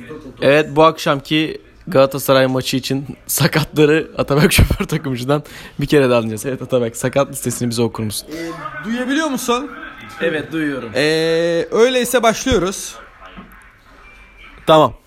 Evet, bu akşamki Galatasaray maçı için sakatları Atabek şoför takımcıdan bir kere daha alacağız. Evet Atabek, sakat listesini bize okur musun? Duyabiliyor musun? Evet, duyuyorum. Öyleyse başlıyoruz. Tamam.